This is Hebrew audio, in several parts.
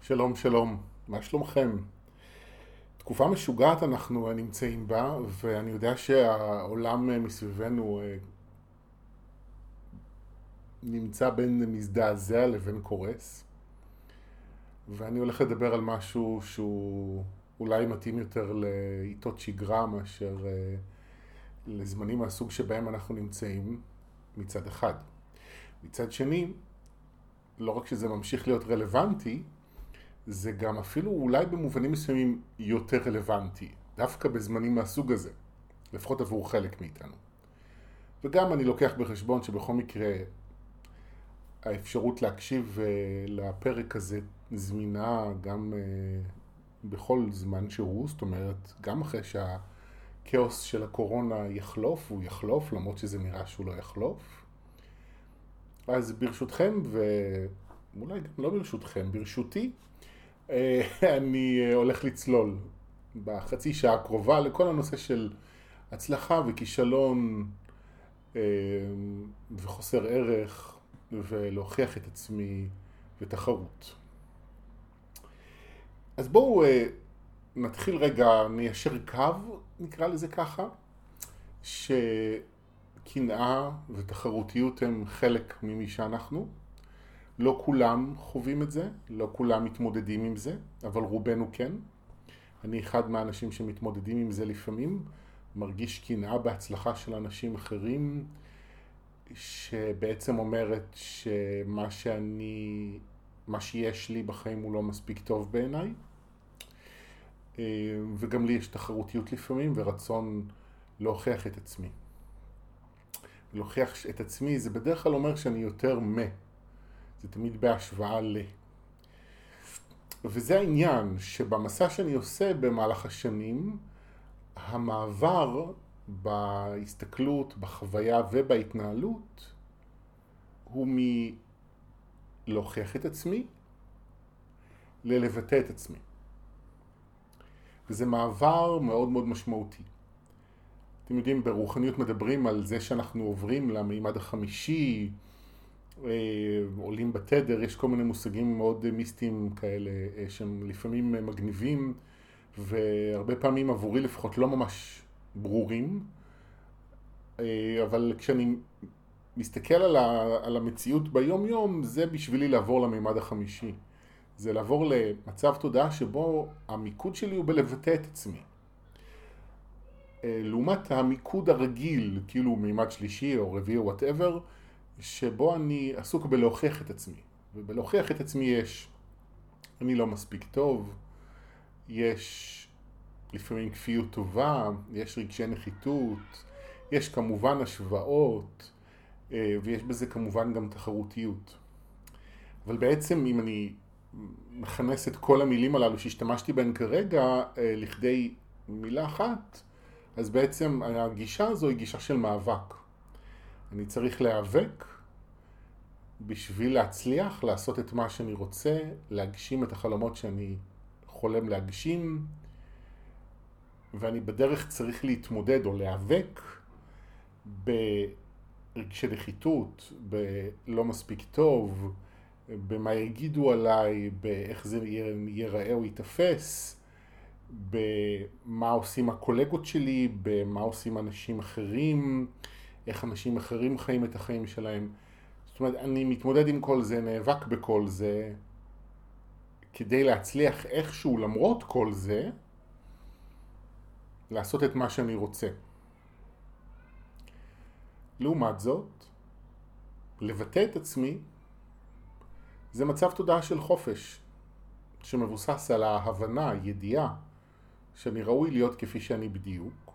שלום, שלום. מה שלומכם? תקופה משוגעת אנחנו נמצאים בה, ואני יודע שהעולם מסביבנו נמצא בין מזדעזע לבין קורס, ואני הולך לדבר על משהו שהוא אולי מתאים יותר לעיתות שגרה מאשר לזמנים מהסוג שבהם אנחנו נמצאים מצד אחד. מצד שני, לא רק שזה ממשיך להיות רלוונטי, זה גם אפילו אולי במובנים מסוימים יותר רלוונטי, דווקא בזמנים מהסוג הזה, לפחות עבור חלק מאיתנו. וגם אני לוקח בחשבון שבכל מקרה האפשרות להקשיב לפרק הזה זמינה גם בכל זמן שהוא, זאת אומרת, גם אחרי שהכאוס של הקורונה יחלוף, הוא יחלוף, למרות שזה נראה שהוא לא יחלוף. אז ברשותכם, ואולי גם לא ברשותכם, ברשותי, אני הולך לצלול בחצי שעה הקרובה לכל הנושא של הצלחה וכישלון וחוסר ערך ולהוכיח את עצמי ותחרות. אז בואו נתחיל רגע, ניישר קו, נקרא לזה ככה, שקנאה ותחרותיות הם חלק ממי שאנחנו. לא כולם חווים את זה, לא כולם מתמודדים עם זה, אבל רובנו כן. אני אחד מהאנשים שמתמודדים עם זה לפעמים, מרגיש קנאה בהצלחה של אנשים אחרים, שבעצם אומרת מה שיש לי בחיים הוא לא מספיק טוב בעיניי. וגם לי יש תחרותיות לפעמים ורצון להוכיח את עצמי. להוכיח את עצמי זה בדרך כלל אומר שאני יותר זה תמיד בהשוואה וזה העניין שבמסע שאני עושה במהלך השנים, המעבר בהסתכלות, בחוויה ובהתנהלות הוא מלהוכיח את עצמי ללבטא את עצמי. וזה מעבר מאוד מאוד משמעותי. אתם יודעים, ברוחניות מדברים על זה שאנחנו עוברים למימד החמישי, עולים בתדר, יש כל מיני מושגים מאוד מיסטיים כאלה שהם לפעמים מגניבים והרבה פעמים עבורי לפחות לא ממש ברורים, אבל כשאני מסתכל על המציאות ביום יום, זה בשבילי לעבור למימד החמישי. זה לעבור למצב תודעה שבו המיקוד שלי הוא בלבטא את עצמי. לעומת המיקוד הרגיל, כאילו מימד שלישי או רביעי או whatever, שבו אני עסוק בלהוכיח את עצמי. ובלהוכיח את עצמי אני לא מספיק טוב, יש לפעמים כפיות טובה, יש רגשי נחיתות, יש כמובן השוואות, ויש בזה כמובן גם תחרותיות. אבל בעצם אם אני מכנס את כל המילים הללו שהשתמשתי בהן כרגע לכדי מילה אחת, אז בעצם הגישה הזו היא גישה של מאבק. אני צריך להיאבק בשביל להצליח, לעשות את מה שאני רוצה, להגשים את החלומות שאני חולם להגשים, ואני בדרך צריך להתמודד או להיאבק ברגשי נחיתות, בלא מספיק טוב, במה יגידו עליי, באיך זה ייראה או יתפס, במה עושים הקולגות שלי, במה עושים אנשים אחרים, איך אנשים אחרים חיים את החיים שלהם. זאת אומרת, אני מתמודד עם כל זה, נאבק בכל זה, כדי להצליח איכשהו למרות כל זה, לעשות את מה שאני רוצה. לעומת זאת, לבטא את עצמי, זה מצב תודעה של חופש, שמבוסס על ההבנה, הידיעה, שאני ראוי להיות כפי שאני בדיוק,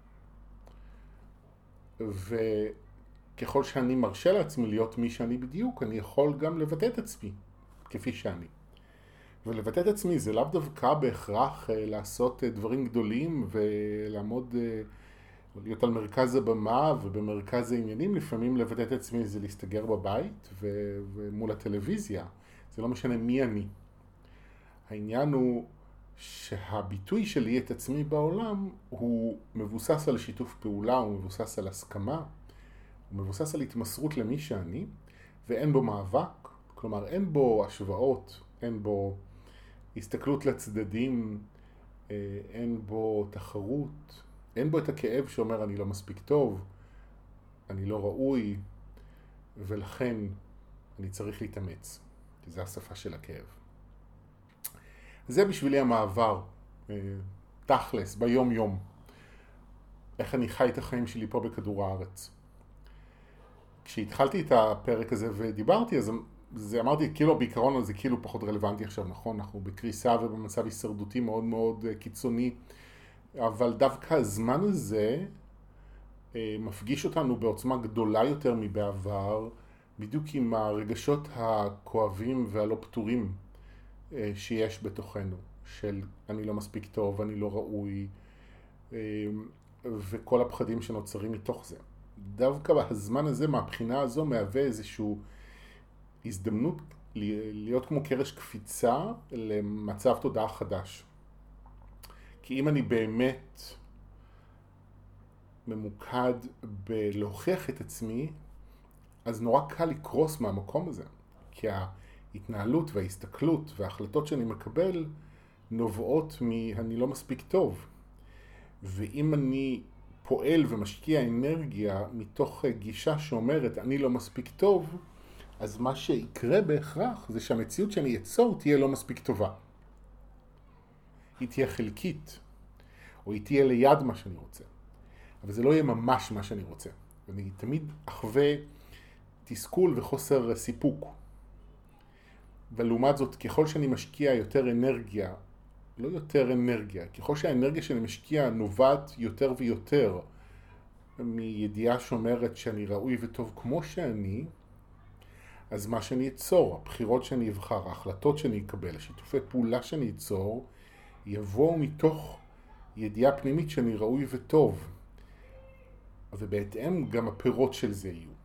וככל שאני מרשה לעצמי להיות מי שאני בדיוק, אני יכול גם לבטא את עצמי כפי שאני. ולבטא את עצמי זה לאו דווקא בהכרח לעשות דברים גדולים ולעמוד, להיות על מרכז הבמה ובמרכז העניינים. לפעמים לבטא את עצמי זה להסתגר בבית ומול הטלוויזיה. זה לא משנה מי אני. העניין הוא שהביטוי שלי את עצמי בעולם הוא מבוסס על שיתוף פעולה, הוא מבוסס על הסכמה, הוא מבוסס על התמסרות למי שאני, ואין בו מאבק, כלומר אין בו השוואות, אין בו הסתכלות לצדדים, אין בו תחרות, אין בו את הכאב שאומר אני לא מספיק טוב, אני לא ראוי, ולכן אני צריך להתאמץ, כי זה השפה של הכאב. זה בשבילי המעבר, תכלס, ביום יום. איך אני חי את החיים שלי פה בכדור הארץ. כשהתחלתי את הפרק הזה ודיברתי, אז אמרתי, כאילו בעיקרון זה כאילו פחות רלוונטי עכשיו, נכון? אנחנו בקריסה ובמצב הישרדותי מאוד מאוד קיצוני, אבל דווקא הזמן הזה מפגיש אותנו בעוצמה גדולה יותר מבעבר, בדיוק עם הרגשות הכואבים והלא פתורים שיש בתוכנו, של אני לא מספיק טוב, אני לא ראוי, וכל הפחדים שנוצרים מתוך זה. דווקא הזמן הזה, מהבחינה הזו, מהווה איזושהי הזדמנות להיות כמו קרש קפיצה למצב תודעה חדש. כי אם אני באמת ממוקד בלהוכיח את עצמי, אז נורא קל לקרוס מהמקום הזה. כי ההתנהלות וההסתכלות וההחלטות שאני מקבל נובעות אני לא מספיק טוב. ואם אני פועל ומשקיע אנרגיה מתוך גישה שאומרת אני לא מספיק טוב, אז מה שיקרה בהכרח זה שהמציאות שאני אצור תהיה לא מספיק טובה. היא תהיה חלקית, או היא תהיה ליד מה שאני רוצה. אבל זה לא יהיה ממש מה שאני רוצה. ואני תמיד אחווה תסכול וחוסר סיפוק. ולעומת זאת, ככל שאני משקיע יותר אנרגיה, לא יותר אנרגיה, ככל שהאנרגיה שאני משקיע נובעת יותר ויותר מידיעה שאומרת שאני ראוי וטוב כמו שאני, אז מה שאני אצור, הבחירות שאני אבחר, ההחלטות שאני אקבל, השיתופי פעולה שאני אצור, יבואו מתוך ידיעה פנימית שאני ראוי וטוב. ובהתאם גם הפירות של זה יהיו.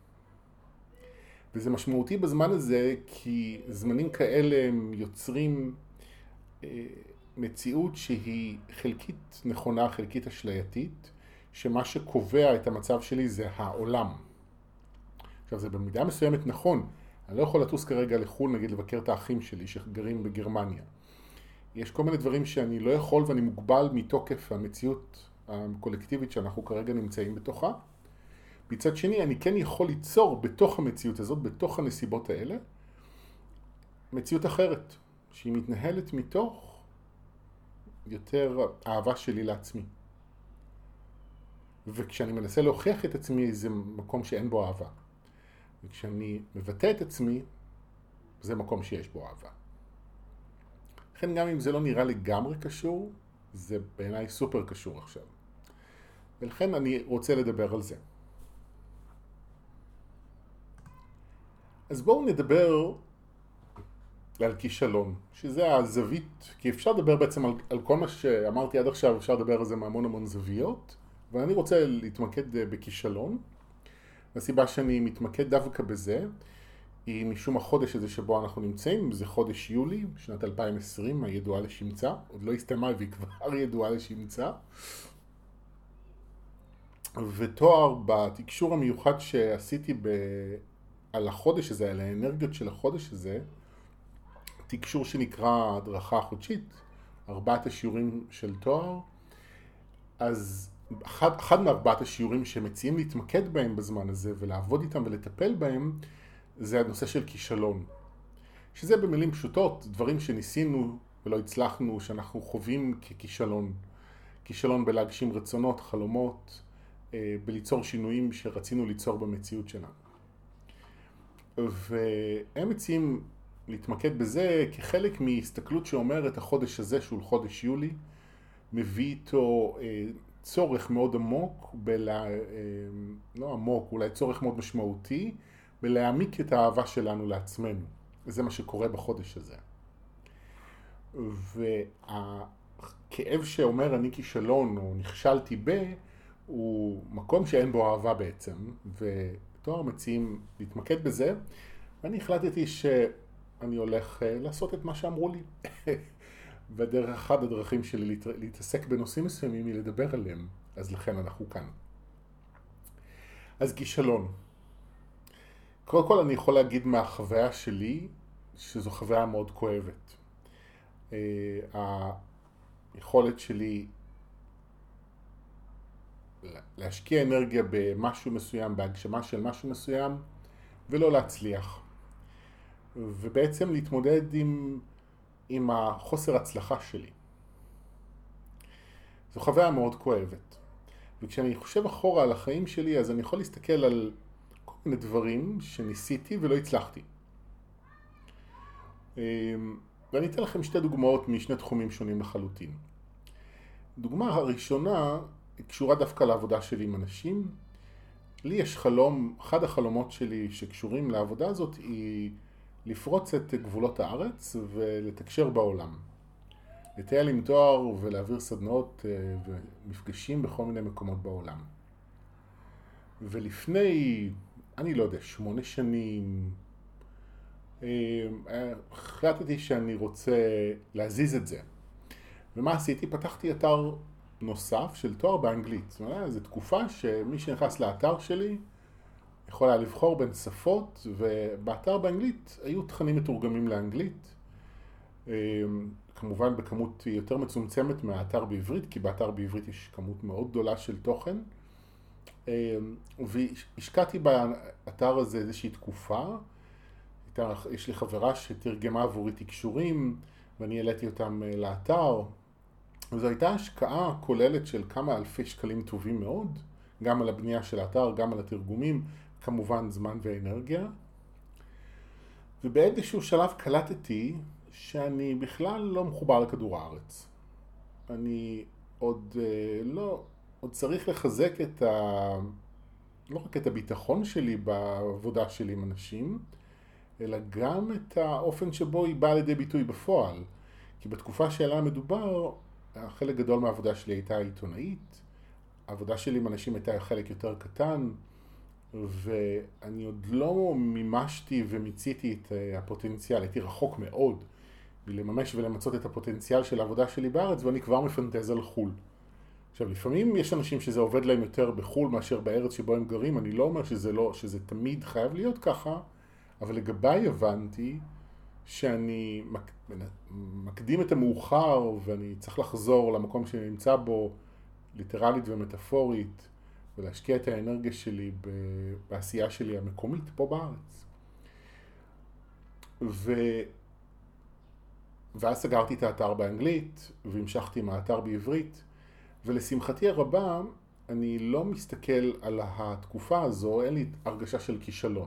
וזה משמעותי בזמן הזה, כי זמנים כאלה הם יוצרים מציאות שהיא חלקית נכונה, חלקית אשלייתית, שמה שקובע את המצב שלי זה העולם. עכשיו זה במידה מסוימת נכון, אני לא יכול לטוס כרגע לחו"ל, נגיד לבקר את האחים שלי שגרים בגרמניה. יש כל מיני דברים שאני לא יכול ואני מוגבל מתוקף המציאות הקולקטיבית שאנחנו כרגע נמצאים בתוכה. מצד שני, אני כן יכול ליצור בתוך המציאות הזאת, בתוך הנסיבות האלה, מציאות אחרת, שהיא מתנהלת מתוך יותר אהבה שלי לעצמי. וכשאני מנסה להוכיח את עצמי, זה מקום שאין בו אהבה. וכשאני מבטא את עצמי, זה מקום שיש בו אהבה. לכן גם אם זה לא נראה לגמרי קשור, זה בעיניי סופר קשור עכשיו. ולכן אני רוצה לדבר על זה. אז בואו נדבר על כישלון, שזה הזווית, כי אפשר לדבר בעצם על כל מה שאמרתי עד עכשיו, אפשר לדבר על זה מהמון זוויות, ואני רוצה להתמקד בכישלון. הסיבה שאני מתמקד דווקא בזה, היא משום החודש הזה שבו אנחנו נמצאים, זה חודש יולי, שנת 2020, הידועה לשמצה, עוד לא הסתיימה והיא כבר ידועה לשמצה. ותואר בתקשור המיוחד שעשיתי על החודש הזה, על האנרגיות של החודש הזה, תקשור שנקרא הדרכה חודשית, 4 השיעורים של תואר, אז אחד מארבעת השיעורים שמציעים להתמקד בהם בזמן הזה ולעבוד איתם ולטפל בהם, זה הנושא של כישלון. שזה במילים פשוטות, דברים שניסינו ולא הצלחנו, שאנחנו חווים ככישלון. כישלון בלהגשים רצונות, חלומות, בליצור שינויים שרצינו ליצור במציאות שלנו. והם מציעים להתמקד בזה כחלק מהסתכלות שאומרת החודש הזה, שהוא חודש יולי, מביא איתו צורך מאוד עמוק, לא עמוק, אולי צורך מאוד משמעותי, בלהעמיק את האהבה שלנו לעצמנו. וזה מה שקורה בחודש הזה. והכאב שאומר אני כישלון או נכשלתי הוא מקום שאין בו אהבה בעצם, ותואר מציעים להתמקד בזה, ואני החלטתי שאני הולך לעשות את מה שאמרו לי. ודרך אחד הדרכים שלי להתעסק בנושאים מסוימים היא לדבר עליהם, אז לכן אנחנו כאן. אז כישלון. קודם כל אני יכול להגיד מהחוויה שלי, שזו חוויה מאוד כואבת. היכולת שלי להשקיע אנרגיה במשהו מסוים, בהגשמה של משהו מסוים, ולא להצליח. ובעצם להתמודד עם החוסר הצלחה שלי. זו חוויה מאוד כואבת. וכשאני חושב אחורה על החיים שלי, אז אני יכול להסתכל על כל מיני דברים שניסיתי ולא הצלחתי. ואני אתן לכם שתי דוגמאות משני תחומים שונים לחלוטין. דוגמה הראשונה קשורה דווקא לעבודה שלי עם אנשים. לי יש חלום, אחד החלומות שלי שקשורים לעבודה הזאת היא לפרוץ את גבולות הארץ ולתקשר בעולם. לטייל עם תואר ולהעביר סדנאות ומפגשים בכל מיני מקומות בעולם. ולפני, אני לא יודע, 8 שנים, החלטתי שאני רוצה להזיז את זה. ומה עשיתי? פתחתי אתר נוסף של תואר באנגלית. זאת אומרת, זו תקופה שמי שנכנס לאתר שלי יכול היה לבחור בין שפות, ובאתר באנגלית היו תכנים מתורגמים לאנגלית. כמובן בכמות יותר מצומצמת מהאתר בעברית, כי באתר בעברית יש כמות מאוד גדולה של תוכן. והשקעתי באתר הזה איזושהי תקופה. יש לי חברה שתרגמה עבורי תקשורים, ואני העליתי אותם לאתר. וזו הייתה השקעה כוללת של כמה אלפי שקלים טובים מאוד, גם על הבנייה של האתר, גם על התרגומים, כמובן זמן ואנרגיה. ובאיזשהו שלב קלטתי שאני בכלל לא מחובר לכדור הארץ. אני עוד צריך לחזק לא רק את הביטחון שלי בעבודה שלי עם אנשים, אלא גם את האופן שבו היא באה לידי ביטוי בפועל. כי בתקופה שעליה מדובר, חלק גדול מהעבודה שלי הייתה עיתונאית, העבודה שלי עם אנשים הייתה חלק יותר קטן, ואני עוד לא מימשתי ומיציתי את הפוטנציאל, הייתי רחוק מאוד מלממש ולמצות את הפוטנציאל של העבודה שלי בארץ, ואני כבר מפנטז על חול. עכשיו, לפעמים יש אנשים שזה עובד להם יותר בחול מאשר בארץ שבו הם גרים, אני לא אומר שזה תמיד חייב להיות ככה, אבל לגביי הבנתי שאני מקדים את המאוחר ואני צריך לחזור למקום שאני נמצא בו ליטרלית ומטאפורית ולהשקיע את האנרגיה שלי בעשייה שלי המקומית פה בארץ. ואז סגרתי את האתר באנגלית והמשכתי עם האתר בעברית, ולשמחתי הרבה אני לא מסתכל על התקופה הזו, אין לי הרגשה של כישלון.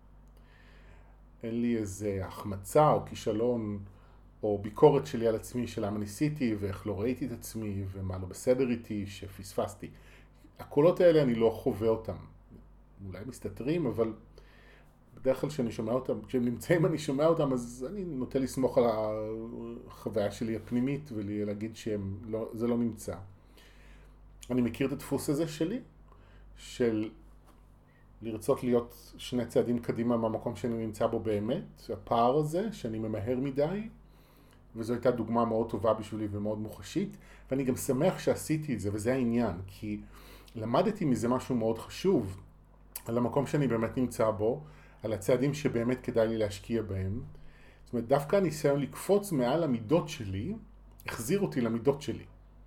אין לי איזה החמצה או כישלון או ביקורת שלי על עצמי של למה ניסיתי ואיך לא ראיתי את עצמי ומה לא בסדר איתי שפספסתי. הקולות האלה אני לא חווה אותם. אולי מסתתרים, אבל בדרך כלל כשאני שומע אותם, כשהם נמצאים אני שומע אותם, אז אני נוטה לסמוך על החוויה שלי הפנימית ולהגיד שזה לא נמצא. אני מכיר את הדפוס הזה שלי, של לרצות להיות 2 צעדים קדימה מהמקום שאני נמצא בו באמת, הפער הזה שאני ממהר מדי, וזו הייתה דוגמה מאוד טובה בשבילי ומאוד מוחשית, ואני גם שמח שעשיתי את זה, וזה העניין, כי למדתי מזה משהו מאוד חשוב, על המקום שאני באמת נמצא בו, על הצעדים שבאמת כדאי לי להשקיע בהם. זאת אומרת, דווקא הניסיון לקפוץ מעל המידות שלי, החזיר אותי למידות שלי.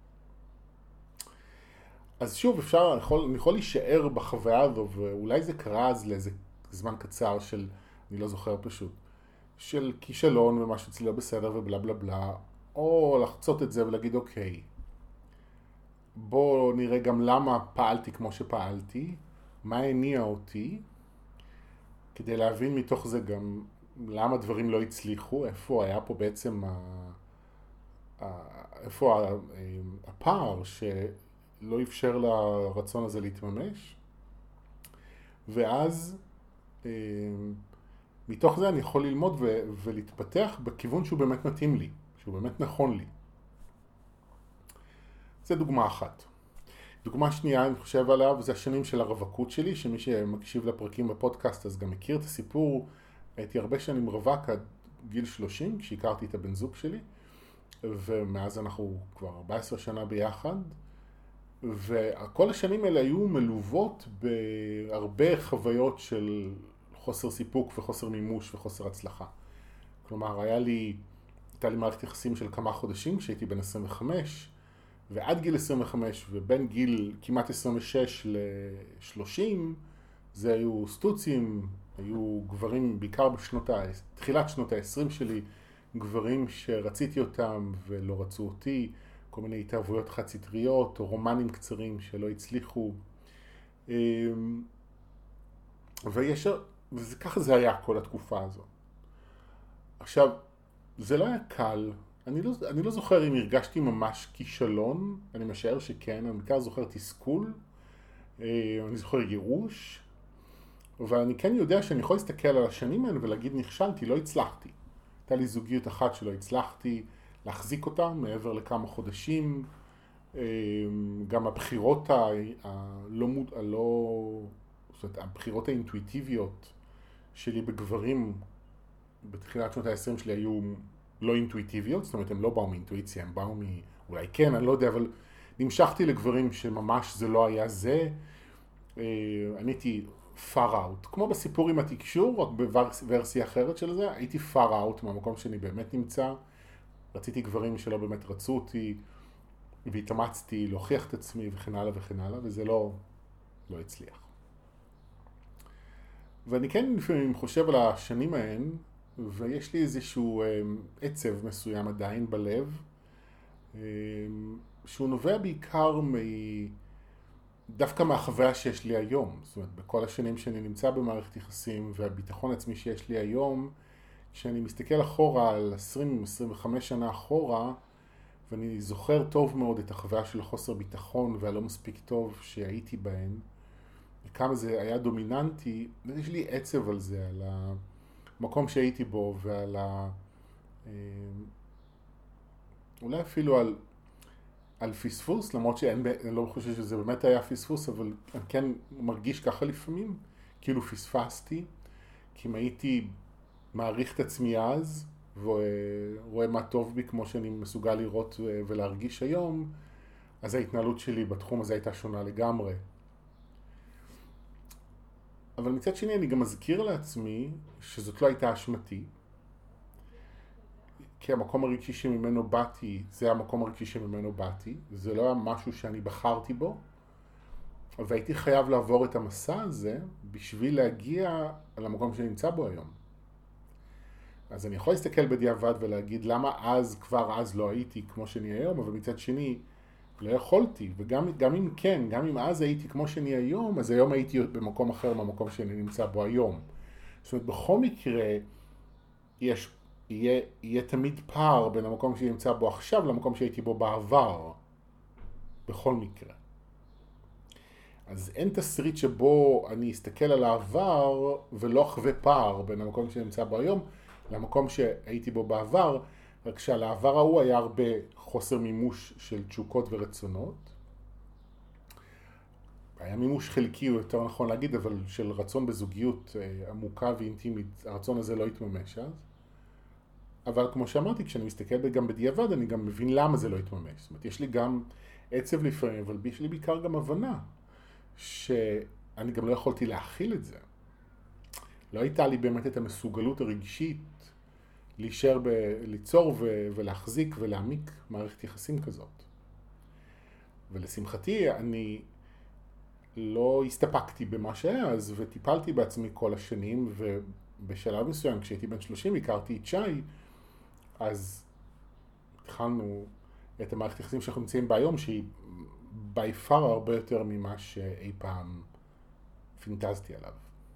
אז שוב, אני יכול להישאר בחוויה הזו, ואולי זה קרה אז לאיזה זמן קצר של, אני לא זוכר פשוט, של כישלון ומשהו אצלי לא בסדר ובלה בלה בלה, או לחצות את זה ולהגיד אוקיי, בוא נראה גם למה פעלתי כמו שפעלתי, מה הניע אותי, כדי להבין מתוך זה גם למה דברים לא הצליחו, איפה היה פה בעצם איפה הפער שלא אפשר לרצון הזה להתממש, ואז מתוך זה אני יכול ללמוד ולהתפתח בכיוון שהוא באמת מתאים לי, שהוא באמת נכון לי. זה דוגמה אחת. דוגמה שנייה, אני חושב עליו, זה השנים של הרווקות שלי, שמי שמקשיב לפרקים בפודקאסט אז גם מכיר את הסיפור. הייתי הרבה שנים רווק עד גיל 30, כשהכרתי את הבן זוג שלי, ומאז אנחנו כבר 14 שנה ביחד, וכל השנים האלה היו מלוות בהרבה חוויות של חוסר סיפוק וחוסר מימוש וחוסר הצלחה. כלומר, היה לי הייתה לי מערכת יחסים של כמה חודשים כשהייתי בן 25, ועד גיל 25 ובין גיל כמעט 26 ל-30, זה היו סטוצים, היו גברים בעיקר תחילת שנות ה-20 שלי, גברים שרציתי אותם ולא רצו אותי, כל מיני התאהבויות חד סטריות או רומנים קצרים שלא הצליחו. וככה זה היה כל התקופה הזו. עכשיו, זה לא היה קל, אני לא זוכר אם הרגשתי ממש כישלון, אני משער שכן, אני בעיקר זוכר תסכול, אני זוכר ייאוש, אבל אני כן יודע שאני יכול להסתכל על השנים האלה ולהגיד נכשלתי, לא הצלחתי. הייתה לי זוגיות אחת שלא הצלחתי להחזיק אותה מעבר לכמה חודשים, גם הבחירות האינטואיטיביות שלי בגברים בתחילת שנות ה-20 שלי היו לא אינטואיטיביות, זאת אומרת הם לא באו מאינטואיציה, הם באו אולי כן, אני לא יודע, אבל נמשכתי לגברים שממש זה לא היה זה. אני הייתי far out, כמו בסיפור עם התקשור, רק בוורסיה אחרת של זה, הייתי far out מהמקום שאני באמת נמצא, רציתי גברים שלא באמת רצו אותי, והתאמצתי להוכיח את עצמי וכן הלאה וכן הלאה, וזה לא הצליח. ואני כן לפעמים חושב על השנים ההן, ויש לי איזשהו עצב מסוים עדיין בלב, שהוא נובע בעיקר דווקא מהחוויה שיש לי היום. זאת אומרת, בכל השנים שאני נמצא במערכת יחסים והביטחון עצמי שיש לי היום, כשאני מסתכל אחורה על 20-25 שנה אחורה, ואני זוכר טוב מאוד את החוויה של החוסר ביטחון והלא מספיק טוב שהייתי בהן, וכמה זה היה דומיננטי, ויש לי עצב על זה, על המקום שהייתי בו ועל אולי אפילו על פספוס, למרות שאני לא חושב שזה באמת היה פספוס, אבל אני כן מרגיש ככה לפעמים, כאילו פספסתי, כי אם הייתי מעריך את עצמי אז, ורואה מה טוב בי כמו שאני מסוגל לראות ולהרגיש היום, אז ההתנהלות שלי בתחום הזה הייתה שונה לגמרי. אבל מצד שני אני גם מזכיר לעצמי שזאת לא הייתה אשמתי, כי המקום הרגשי שממנו באתי, זה המקום הרגשי שממנו באתי, זה לא היה משהו שאני בחרתי בו, והייתי חייב לעבור את המסע הזה בשביל להגיע למקום שנמצא בו היום. אז אני יכול להסתכל בדיעבד ולהגיד למה כבר אז לא הייתי כמו שאני היום, אבל מצד שני לא יכולתי, וגם אם כן, גם אם אז הייתי כמו שאני היום, אז היום הייתי במקום אחר מהמקום שאני נמצא בו היום. זאת אומרת, בכל מקרה יהיה תמיד פער בין המקום שאני נמצא בו עכשיו למקום שהייתי בו בעבר, בכל מקרה. אז אין תסריט שבו אני אסתכל על העבר ולא אחווה פער בין המקום שאני נמצא בו היום למקום שהייתי בו בעבר, רק שעל העבר ההוא היה הרבה חוסר מימוש של תשוקות ורצונות. היה מימוש חלקי, הוא יותר נכון להגיד, אבל של רצון בזוגיות עמוקה ואינטימית, הרצון הזה לא התממש אז. אבל כמו שאמרתי, כשאני מסתכל גם בדיעבד, אני גם מבין למה זה לא התממש. זאת אומרת, יש לי גם עצב לפעמים, אבל יש לי בעיקר גם הבנה שאני גם לא יכולתי להכיל את זה. לא הייתה לי באמת את המסוגלות הרגשית להישאר ליצור ולהחזיק ולהעמיק מערכת יחסים כזאת. ולשמחתי אני לא הסתפקתי במה שהיה אז, וטיפלתי בעצמי כל השנים, ובשלב מסוים כשהייתי בן 30 הכרתי את שי, אז התחלנו את המערכת יחסים שאנחנו נמצאים בה היום, שהיא by far הרבה יותר ממה שאי פעם פינטזתי עליו.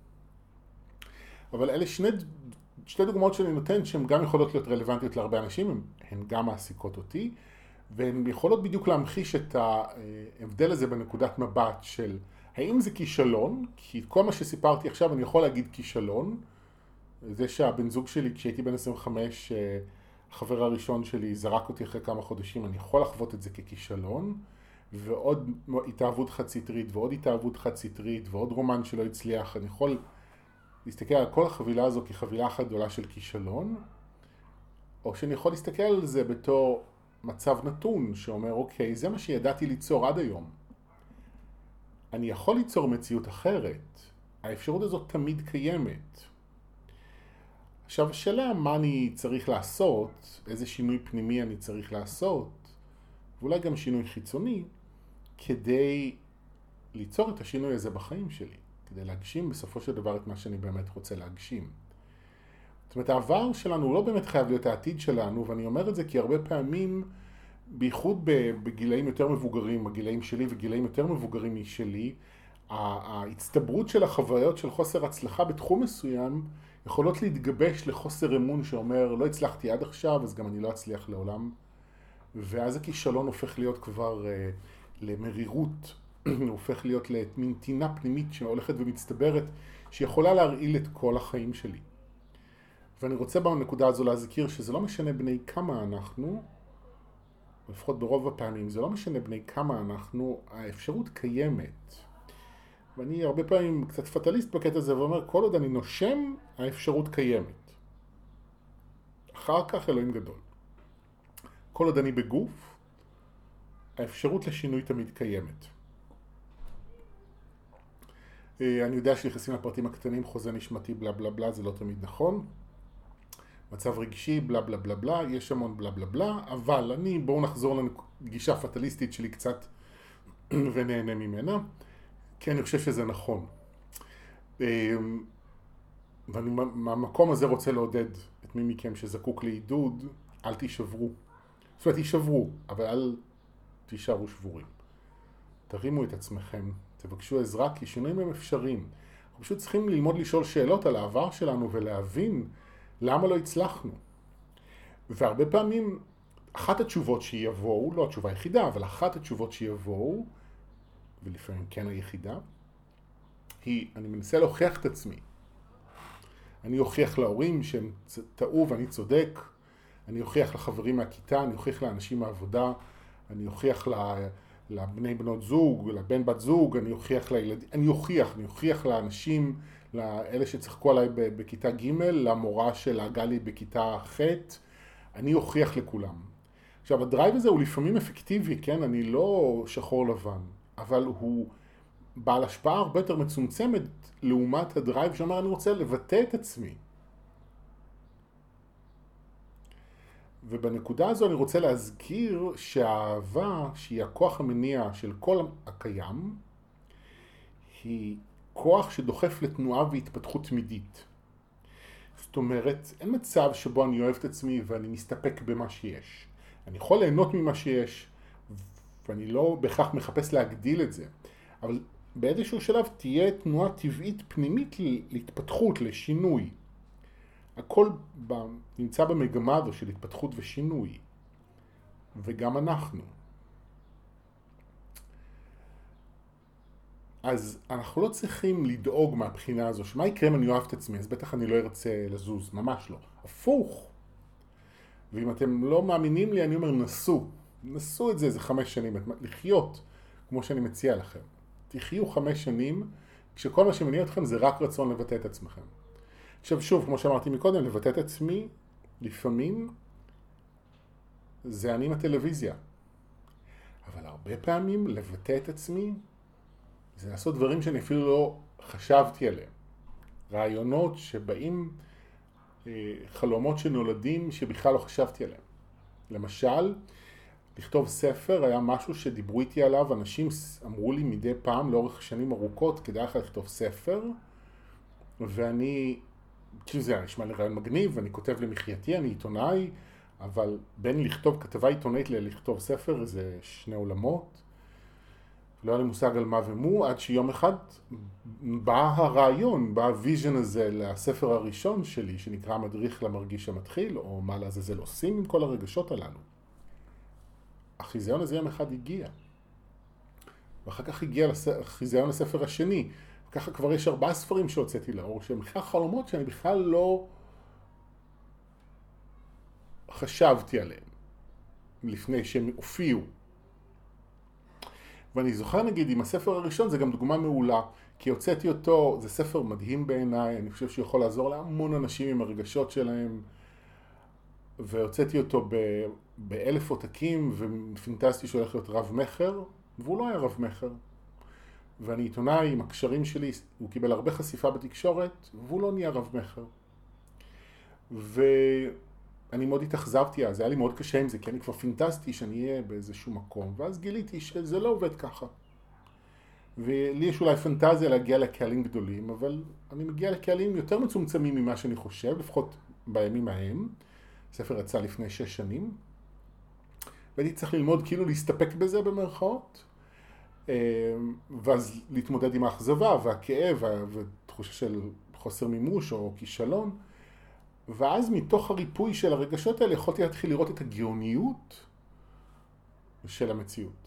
אבל אלה שתי דוגמאות שאני נותן שהן גם יכולות להיות רלוונטיות להרבה אנשים, הן גם מעסיקות אותי, והן יכולות בדיוק להמחיש את ההבדל הזה בנקודת מבט של האם זה כישלון, כי כל מה שסיפרתי עכשיו אני יכול להגיד כישלון, זה שהבן זוג שלי כשהייתי בן 25, החבר הראשון שלי זרק אותי אחרי כמה חודשים, אני יכול לחוות את זה ככישלון, ועוד התאהבות חד סטרית ועוד התאהבות חד סטרית ועוד רומן שלא הצליח, אני יכול להסתכל על כל החבילה הזו כחבילה אחת גדולה של כישלון, או שאני יכול להסתכל על זה בתור מצב נתון שאומר, אוקיי, זה מה שידעתי ליצור עד היום. אני יכול ליצור מציאות אחרת. האפשרות הזאת תמיד קיימת. עכשיו השאלה מה אני צריך לעשות, איזה שינוי פנימי אני צריך לעשות, ואולי גם שינוי חיצוני, כדי ליצור את השינוי הזה בחיים שלי, כדי להגשים בסופו של דבר את מה שאני באמת רוצה להגשים. זאת אומרת, העבר שלנו לא באמת חייב להיות העתיד שלנו, ואני אומר את זה כי הרבה פעמים, בייחוד בגילאים יותר מבוגרים, בגילאים שלי וגילאים יותר מבוגרים משלי, ההצטברות של החוויות של חוסר הצלחה בתחום מסוים יכולות להתגבש לחוסר אמון שאומר לא הצלחתי עד עכשיו אז גם אני לא אצליח לעולם, ואז הכישלון הופך להיות כבר למרירות, הוא הופך להיות למין טינה פנימית שהולכת ומצטברת שיכולה להרעיל את כל החיים שלי. ואני רוצה בנקודה הזו להזכיר שזה לא משנה בני כמה אנחנו, לפחות ברוב הפעמים זה לא משנה בני כמה אנחנו, האפשרות קיימת. ואני הרבה פעמים קצת פטליסט בקטע הזה ואומר, כל עוד אני נושם, האפשרות קיימת. אחר כך אלוהים גדול. כל עוד אני בגוף, האפשרות לשינוי תמיד קיימת. אני יודע שנכנסים לפרטים הקטנים, חוזה נשמתי בלה בלה בלה, זה לא תמיד נכון. מצב רגשי בלה בלה בלה בלה, יש המון בלה בלה בלה, אבל בואו נחזור לגישה פטליסטית שלי קצת ונהנה ממנה. כי אני חושב שזה נכון. ואני מהמקום הזה רוצה לעודד את מי מכם שזקוק לעידוד, אל תישברו. זאת אומרת, תישברו, אבל אל תישארו שבורים. תרימו את עצמכם, תבקשו עזרה, כי שינויים הם אפשריים. אנחנו פשוט צריכים ללמוד לשאול שאלות על העבר שלנו ולהבין למה לא הצלחנו. והרבה פעמים, אחת התשובות שיבואו, לא התשובה היחידה, אבל אחת התשובות שיבואו, ולפעמים כן היחידה, היא, אני מנסה להוכיח את עצמי. אני אוכיח להורים שהם טעו ואני צודק, אני אוכיח לחברים מהכיתה, אני אוכיח לאנשים מהעבודה, אני אוכיח לבני בנות זוג, לבן בת זוג, אני אוכיח לילדים, אני אוכיח לאנשים, לאלה שצחקו עליי בכיתה ג', למורה של הגלי בכיתה ח', אני אוכיח לכולם. עכשיו, הדרייב הזה הוא לפעמים אפקטיבי, כן? אני לא שחור לבן. אבל הוא בעל השפעה הרבה יותר מצומצמת לעומת הדרייב שאומר אני רוצה לבטא את עצמי. ובנקודה הזו אני רוצה להזכיר שהאהבה, שהיא הכוח המניע של כל הקיים, היא כוח שדוחף לתנועה והתפתחות תמידית. זאת אומרת, אין מצב שבו אני אוהב את עצמי ואני מסתפק במה שיש. אני יכול ליהנות ממה שיש, ואני לא בהכרח מחפש להגדיל את זה, אבל באיזשהו שלב תהיה תנועה טבעית פנימית להתפתחות, לשינוי. הכל נמצא במגמה הזו של התפתחות ושינוי, וגם אנחנו. אז אנחנו לא צריכים לדאוג מהבחינה הזו, שמה יקרה אם אני אוהב את עצמי, אז בטח אני לא ארצה לזוז, ממש לא. הפוך. ואם אתם לא מאמינים לי, אני אומר נסו את זה איזה 5 שנים, לחיות כמו שאני מציע לכם. תחיו 5 שנים, כשכל מה שמניע אתכם זה רק רצון לבטא את עצמכם. עכשיו שוב, כמו שאמרתי מקודם, לבטא את עצמי, לפעמים זה אני עם הטלוויזיה. אבל הרבה פעמים לבטא את עצמי, זה לעשות דברים שאני אפילו לא חשבתי עליהם. רעיונות שבאים, חלומות שנולדים שבכלל לא חשבתי עליהם. למשל, לכתוב ספר היה משהו שדיברו איתי עליו, אנשים אמרו לי מדי פעם לאורך שנים ארוכות, כדאי לך לכתוב ספר, ואני, כאילו זה נשמע לי רעיון מגניב, ואני כותב למחייתי, אני עיתונאי, אבל בין לכתוב כתבה עיתונאית לכתוב ספר, זה 2 עולמות, לא היה לי מושג על מה ומו, עד שיום אחד בא הרעיון, בא הוויז'ן הזה לספר הראשון שלי, שנקרא מדריך למרגיש המתחיל, או מה לעזאזל עושים עם כל הרגשות הללו. החיזיון הזה יום אחד הגיע. ואחר כך הגיע החיזיון לספר השני. וככה כבר יש 4 ספרים שהוצאתי לאור, שהם בכלל חלומות שאני בכלל לא חשבתי עליהם, לפני שהם הופיעו. ואני זוכר נגיד עם הספר הראשון, זה גם דוגמה מעולה, כי הוצאתי אותו, זה ספר מדהים בעיניי, אני חושב שהוא יכול לעזור להמון אנשים עם הרגשות שלהם, והוצאתי אותו ב1000 עותקים, ופינטסטי שהוא הולך להיות רב מחר, והוא לא היה רב מחר. ואני עיתונאי עם הקשרים שלי, הוא קיבל הרבה חשיפה בתקשורת, והוא לא נהיה רב מחר. ואני מאוד התאכזבתי אז, זה היה לי מאוד קשה עם זה, כי אני כבר פינטסטי שאני אהיה באיזשהו מקום, ואז גיליתי שזה לא עובד ככה. ולי יש אולי פנטזיה להגיע לקהלים גדולים, אבל אני מגיע לקהלים יותר מצומצמים ממה שאני חושב, לפחות בימים ההם. הספר יצא לפני 6 שנים, והייתי צריך ללמוד כאילו להסתפק בזה במרכאות, ואז להתמודד עם האכזבה והכאב ותחושה של חוסר מימוש או כישלון, ואז מתוך הריפוי של הרגשות האלה יכולתי להתחיל לראות את הגאוניות של המציאות.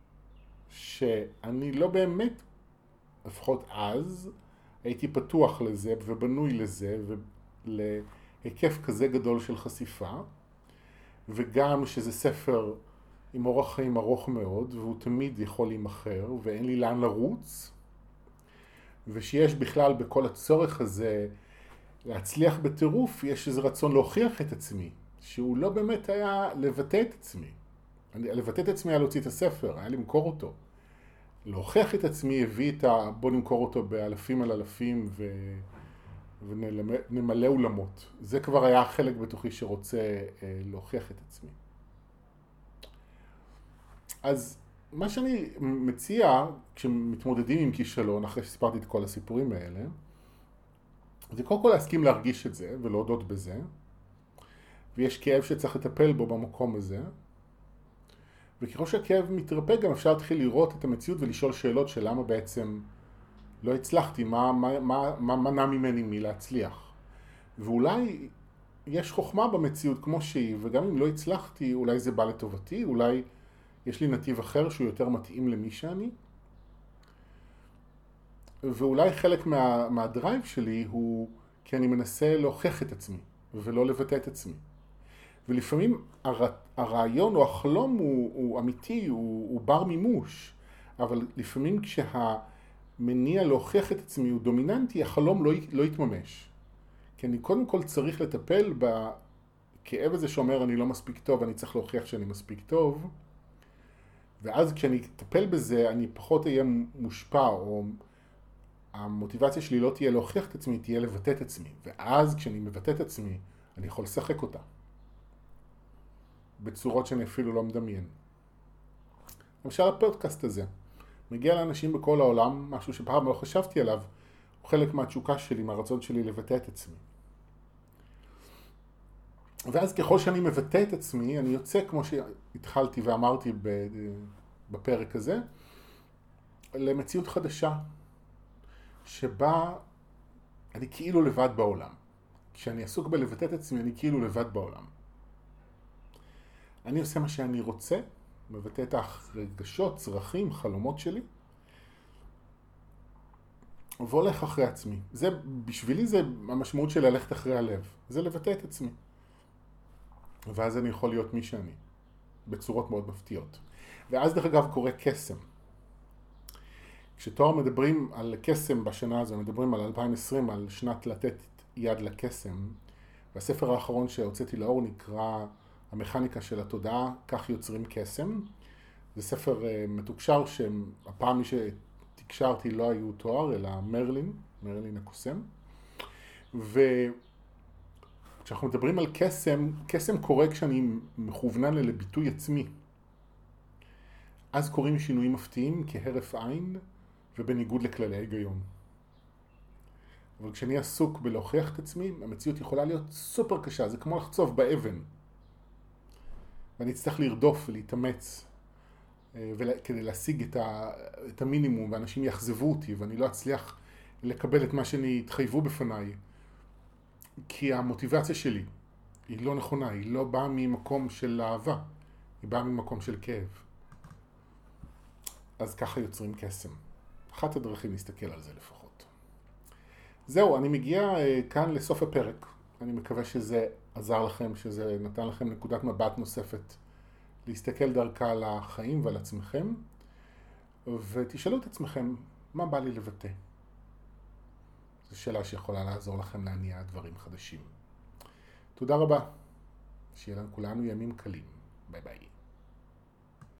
שאני לא באמת, לפחות אז, הייתי פתוח לזה ובנוי לזה ולהיקף כזה גדול של חשיפה, וגם שזה ספר עם אורח חיים ארוך מאוד, והוא תמיד יכול להימחר, ואין לי לאן לרוץ, ושיש בכלל בכל הצורך הזה להצליח בטירוף, יש איזה רצון להוכיח את עצמי, שהוא לא באמת היה לבטא את עצמי. לבטא את עצמי היה להוציא את הספר, היה למכור אותו. להוכיח את עצמי הביא את בוא נמכור אותו באלפים על אלפים ונמלא אולמות. זה כבר היה חלק בתוכי שרוצה להוכיח את עצמי. אז מה שאני מציע כשמתמודדים עם כישלון, אחרי שסיפרתי את כל הסיפורים האלה, זה קודם כל להסכים להרגיש את זה ולהודות בזה, ויש כאב שצריך לטפל בו במקום הזה, וככל שהכאב מתרפא גם אפשר להתחיל לראות את המציאות ולשאול שאלות של למה בעצם לא הצלחתי, מה מנע ממני מלהצליח. ואולי יש חוכמה במציאות כמו שהיא, וגם אם לא הצלחתי, אולי זה בא לטובתי, אולי יש לי נתיב אחר שהוא יותר מתאים למי שאני. ואולי חלק מהדרייב שלי הוא כי אני מנסה להוכיח את עצמי, ולא לבטא את עצמי. ולפעמים הרעיון או החלום הוא אמיתי, הוא בר מימוש, אבל לפעמים כשהמניע להוכיח את עצמי הוא דומיננטי, החלום לא יתממש. כי אני קודם כל צריך לטפל בכאב הזה שאומר אני לא מספיק טוב, אני צריך להוכיח שאני מספיק טוב, ואז כשאני אטפל בזה אני פחות אהיה מושפע, או המוטיבציה שלי לא תהיה להוכיח את עצמי, תהיה לבטא את עצמי. ואז כשאני מבטא את עצמי, אני יכול לשחק אותה. בצורות שאני אפילו לא מדמיין. למשל הפודקאסט הזה. מגיע לאנשים בכל העולם, משהו שפעם לא חשבתי עליו, הוא חלק מהתשוקה שלי, מהרצון שלי לבטא את עצמי. ואז ככל שאני מבטא את עצמי, אני יוצא כמו שהתחלתי ואמרתי בפרק הזה, למציאות חדשה, שבה אני כאילו לבד בעולם. כשאני עסוק בלבטא את עצמי, אני כאילו לבד בעולם. אני עושה מה שאני רוצה, מבטא את הרגשות, צרכים, חלומות שלי, והולך אחרי עצמי. בשבילי זה המשמעות של ללכת אחרי הלב. זה לבטא את עצמי. ואז אני יכול להיות מי שאני, בצורות מאוד מפתיעות. ואז דרך אגב קורה קסם. כשתואר מדברים על קסם בשנה הזו, מדברים על 2020, על שנת לתת יד לקסם, והספר האחרון שהוצאתי לאור נקרא המכניקה של התודעה, כך יוצרים קסם. זה ספר מתוקשר שהפעם מי שתקשרתי לא היו תואר, אלא מרלין הקוסם. וכשאנחנו מדברים על קסם, קסם קורה כשאני מכוונן לביטוי עצמי. אז קוראים שינויים מפתיעים כהרף עין ובניגוד לכללי ההיגיון. אבל כשאני עסוק בלהוכיח את עצמי, המציאות יכולה להיות סופר קשה, זה כמו לחצוב באבן. ואני אצטרך לרדוף ולהתאמץ כדי להשיג את המינימום, ואנשים יחזבו אותי, ואני לא אצליח לקבל את מה שאני התחייבו בפניי. כי המוטיבציה שלי היא לא נכונה, היא לא באה ממקום של אהבה, היא באה ממקום של כאב. אז ככה יוצרים קסם. אחת הדרכים להסתכל על זה לפחות. זהו, אני מגיע כאן לסוף הפרק. אני מקווה שזה עזר לכם, שזה נתן לכם נקודת מבט נוספת להסתכל דרכה על החיים ועל עצמכם, ותשאלו את עצמכם, מה בא לי לבטא? זו שאלה שיכולה לעזור לכם להניע דברים חדשים. תודה רבה. שיהיה לנו כולנו ימים קלים. ביי ביי.